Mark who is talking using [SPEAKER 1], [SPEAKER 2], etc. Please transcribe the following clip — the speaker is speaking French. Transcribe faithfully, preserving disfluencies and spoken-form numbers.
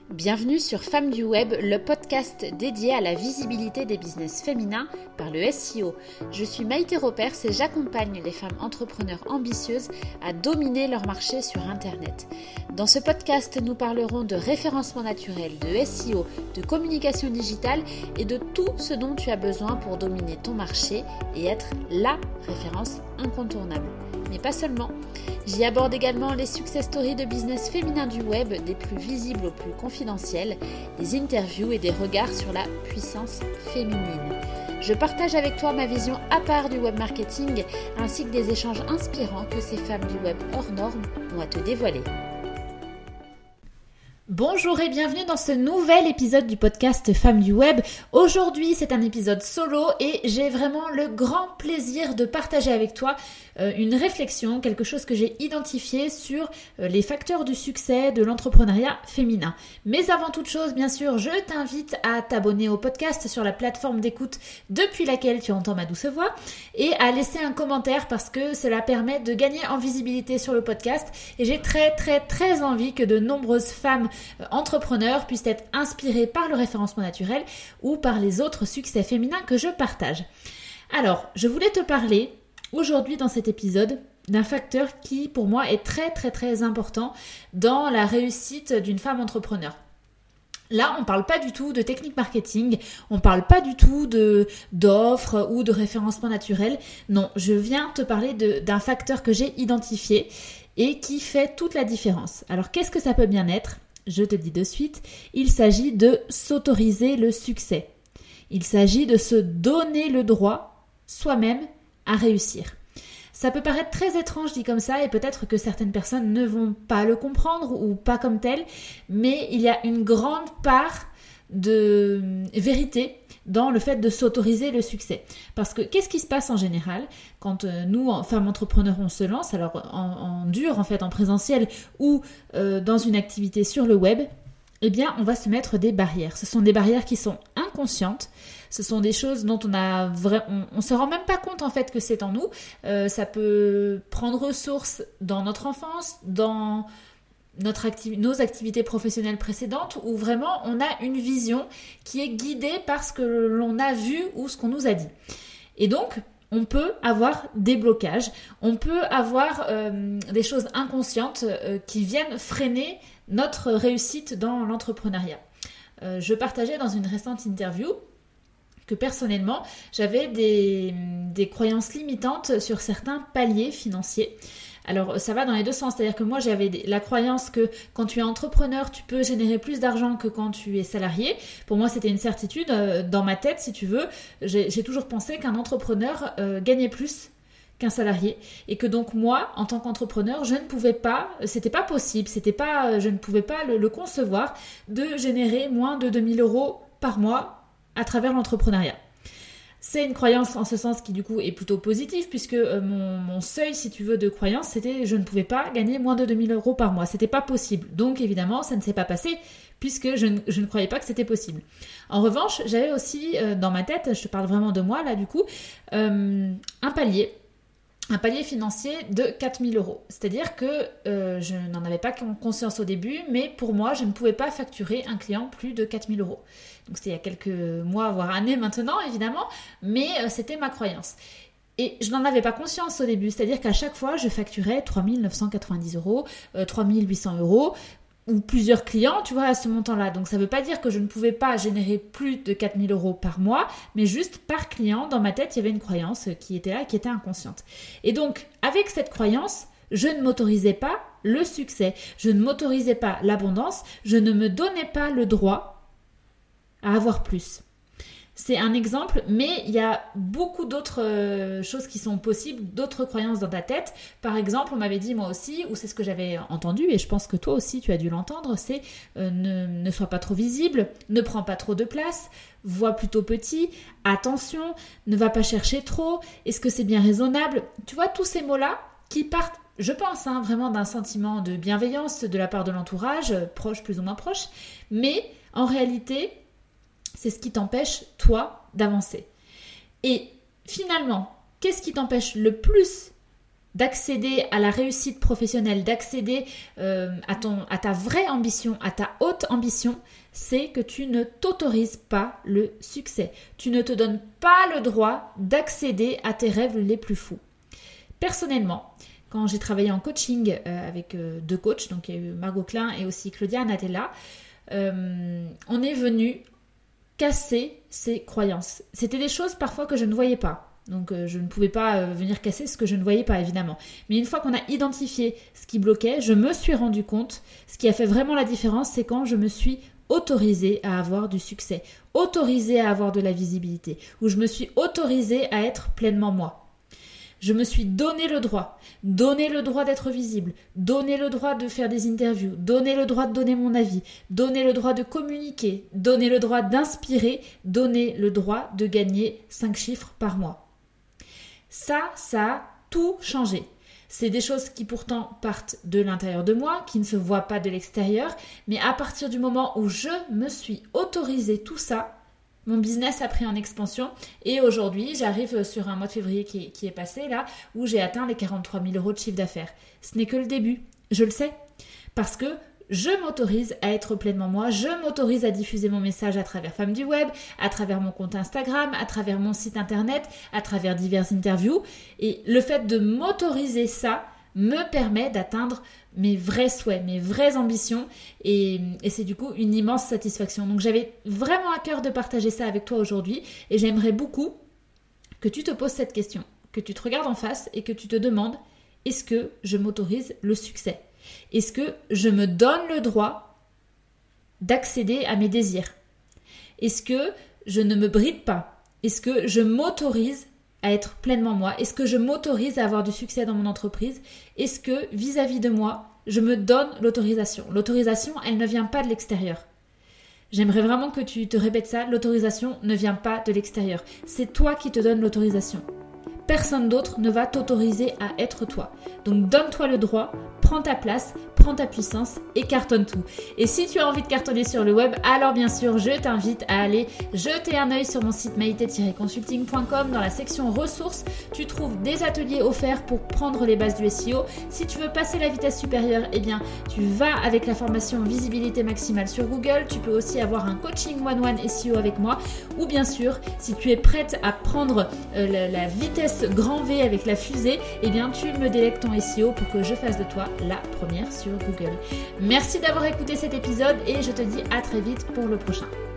[SPEAKER 1] Bienvenue sur Femmes du Web, le podcast dédié à la visibilité des business féminins par le S E O. Je suis Maïté Ropers et j'accompagne les femmes entrepreneurs ambitieuses à dominer leur marché sur Internet. Dans ce podcast, nous parlerons de référencement naturel, de S E O, de communication digitale et de tout ce dont tu as besoin pour dominer ton marché et être la référence incontournable. Mais pas seulement. J'y aborde également les success stories de business féminin du web, des plus visibles aux plus confidentiels, des interviews et des regards sur la puissance féminine. Je partage avec toi ma vision à part du web marketing, ainsi que des échanges inspirants que ces femmes du web hors normes ont à te dévoiler. Bonjour et bienvenue dans ce nouvel épisode du podcast Femmes du Web. Aujourd'hui, c'est un épisode solo et j'ai vraiment le grand plaisir de partager avec toi euh, une réflexion, quelque chose que j'ai identifié sur euh, les facteurs du succès de l'entrepreneuriat féminin. Mais avant toute chose, bien sûr, je t'invite à t'abonner au podcast sur la plateforme d'écoute depuis laquelle tu entends ma douce voix et à laisser un commentaire parce que cela permet de gagner en visibilité sur le podcast et j'ai très très très envie que de nombreuses femmes entrepreneurs puissent être inspirés par le référencement naturel ou par les autres succès féminins que je partage. Alors, je voulais te parler aujourd'hui dans cet épisode d'un facteur qui pour moi est très très très important dans la réussite d'une femme entrepreneur. Là, on ne parle pas du tout de technique marketing, on ne parle pas du tout de, d'offres ou de référencement naturel. Non, je viens te parler de, d'un facteur que j'ai identifié et qui fait toute la différence. Alors, qu'est-ce que ça peut bien être ? Je te dis de suite, il s'agit de s'autoriser le succès. Il s'agit de se donner le droit, soi-même, à réussir. Ça peut paraître très étrange dit comme ça et peut-être que certaines personnes ne vont pas le comprendre ou pas comme tel, mais il y a une grande part de vérité dans le fait de s'autoriser le succès. Parce que qu'est-ce qui se passe en général quand euh, nous, en femmes entrepreneurs, on se lance, alors en, en dur, en fait, en présentiel ou euh, dans une activité sur le web, eh bien, on va se mettre des barrières. Ce sont des barrières qui sont inconscientes. Ce sont des choses dont on a vra... on, on se rend même pas compte en fait que c'est en nous. Euh, ça peut prendre source dans notre enfance, dans Notre acti- nos activités professionnelles précédentes où vraiment on a une vision qui est guidée par ce que l'on a vu ou ce qu'on nous a dit. Et donc, on peut avoir des blocages, on peut avoir euh, des choses inconscientes euh, qui viennent freiner notre réussite dans l'entrepreneuriat. Euh, je partageais dans une récente interview que personnellement, j'avais des, des croyances limitantes sur certains paliers financiers. Alors, ça va dans les deux sens. C'est-à-dire que moi, j'avais la croyance que quand tu es entrepreneur, tu peux générer plus d'argent que quand tu es salarié. Pour moi, c'était une certitude. Dans ma tête, si tu veux, j'ai, j'ai toujours pensé qu'un entrepreneur euh, gagnait plus qu'un salarié. Et que donc, moi, en tant qu'entrepreneur, je ne pouvais pas, c'était pas possible, c'était pas, je ne pouvais pas le, le concevoir de générer moins de deux mille euros par mois à travers l'entrepreneuriat. C'est une croyance en ce sens qui du coup est plutôt positive puisque euh, mon, mon seuil, si tu veux, de croyance, c'était je ne pouvais pas gagner moins de deux mille euros par mois. C'était pas possible. Donc évidemment, ça ne s'est pas passé puisque je ne, je ne croyais pas que c'était possible. En revanche, j'avais aussi euh, dans ma tête, je te parle vraiment de moi là du coup, euh, un palier. Un palier financier de quatre mille euros. C'est-à-dire que euh, je n'en avais pas conscience au début, mais pour moi, je ne pouvais pas facturer un client plus de quatre mille euros. Donc c'était il y a quelques mois, voire années maintenant, évidemment, mais euh, c'était ma croyance. Et je n'en avais pas conscience au début, c'est-à-dire qu'à chaque fois, je facturais trois mille neuf cent quatre-vingt-dix euros, euh, trois mille huit cents euros, ou plusieurs clients, tu vois, à ce montant-là. Donc, ça ne veut pas dire que je ne pouvais pas générer plus de quatre mille euros par mois, mais juste par client, dans ma tête, il y avait une croyance qui était là, qui était inconsciente. Et donc, avec cette croyance, je ne m'autorisais pas le succès, je ne m'autorisais pas l'abondance, je ne me donnais pas le droit à avoir plus. C'est un exemple, mais il y a beaucoup d'autres euh, choses qui sont possibles, d'autres croyances dans ta tête. Par exemple, on m'avait dit moi aussi, ou c'est ce que j'avais entendu, et je pense que toi aussi tu as dû l'entendre, c'est euh, ne, ne sois pas trop visible, ne prends pas trop de place, vois plutôt petit, attention, ne va pas chercher trop, est-ce que c'est bien raisonnable ? Tu vois, tous ces mots-là qui partent, je pense, hein, vraiment d'un sentiment de bienveillance de la part de l'entourage, proche, plus ou moins proche, mais en réalité, c'est ce qui t'empêche, toi, d'avancer. Et finalement, qu'est-ce qui t'empêche le plus d'accéder à la réussite professionnelle, d'accéder euh, à, ton, à ta vraie ambition, à ta haute ambition, c'est que tu ne t'autorises pas le succès. Tu ne te donnes pas le droit d'accéder à tes rêves les plus fous. Personnellement, quand j'ai travaillé en coaching euh, avec euh, deux coachs, donc il y a eu Margot Klein et aussi Claudia Natella, euh, on est venu casser ces croyances. C'était des choses parfois que je ne voyais pas. Donc euh, je ne pouvais pas euh, venir casser ce que je ne voyais pas, évidemment. Mais une fois qu'on a identifié ce qui bloquait, je me suis rendu compte, ce qui a fait vraiment la différence, c'est quand je me suis autorisée à avoir du succès, autorisée à avoir de la visibilité, où je me suis autorisée à être pleinement moi. Je me suis donné le droit, donné le droit d'être visible, donné le droit de faire des interviews, donné le droit de donner mon avis, donné le droit de communiquer, donné le droit d'inspirer, donné le droit de gagner cinq chiffres par mois. Ça, ça a tout changé. C'est des choses qui pourtant partent de l'intérieur de moi, qui ne se voient pas de l'extérieur, mais à partir du moment où je me suis autorisée tout ça, mon business a pris en expansion et aujourd'hui, j'arrive sur un mois de février qui est, qui est passé là, où j'ai atteint les quarante-trois mille euros de chiffre d'affaires. Ce n'est que le début, je le sais, parce que je m'autorise à être pleinement moi, je m'autorise à diffuser mon message à travers Femmes du Web, à travers mon compte Instagram, à travers mon site internet, à travers diverses interviews. Et le fait de m'autoriser ça me permet d'atteindre mes vrais souhaits, mes vraies ambitions et, et c'est du coup une immense satisfaction. Donc j'avais vraiment à cœur de partager ça avec toi aujourd'hui et j'aimerais beaucoup que tu te poses cette question, que tu te regardes en face et que tu te demandes « Est-ce que je m'autorise le succès ? Est-ce que je me donne le droit d'accéder à mes désirs ? Est-ce que je ne me bride pas ? Est-ce que je m'autorise à être pleinement moi? Est-ce que je m'autorise à avoir du succès dans mon entreprise? Est-ce que vis-à-vis de moi, je me donne l'autorisation? L'autorisation, elle ne vient pas de l'extérieur. J'aimerais vraiment que tu te répètes ça. L'autorisation ne vient pas de l'extérieur. C'est toi qui te donnes l'autorisation. Personne d'autre ne va t'autoriser à être toi. Donc donne-toi le droit, prends ta place, prends ta puissance et cartonne tout. Et si tu as envie de cartonner sur le web, alors bien sûr, je t'invite à aller jeter un œil sur mon site maïté tiret consulting point com. Dans la section ressources, tu trouves des ateliers offerts pour prendre les bases du S E O. Si tu veux passer la vitesse supérieure, eh bien, tu vas avec la formation visibilité maximale sur Google. Tu peux aussi avoir un coaching one-one S E O avec moi. Ou bien sûr, si tu es prête à prendre euh, la, la vitesse grand V avec la fusée, eh bien tu me délègues ton S E O pour que je fasse de toi la première sur Google. Merci d'avoir écouté cet épisode et je te dis à très vite pour le prochain.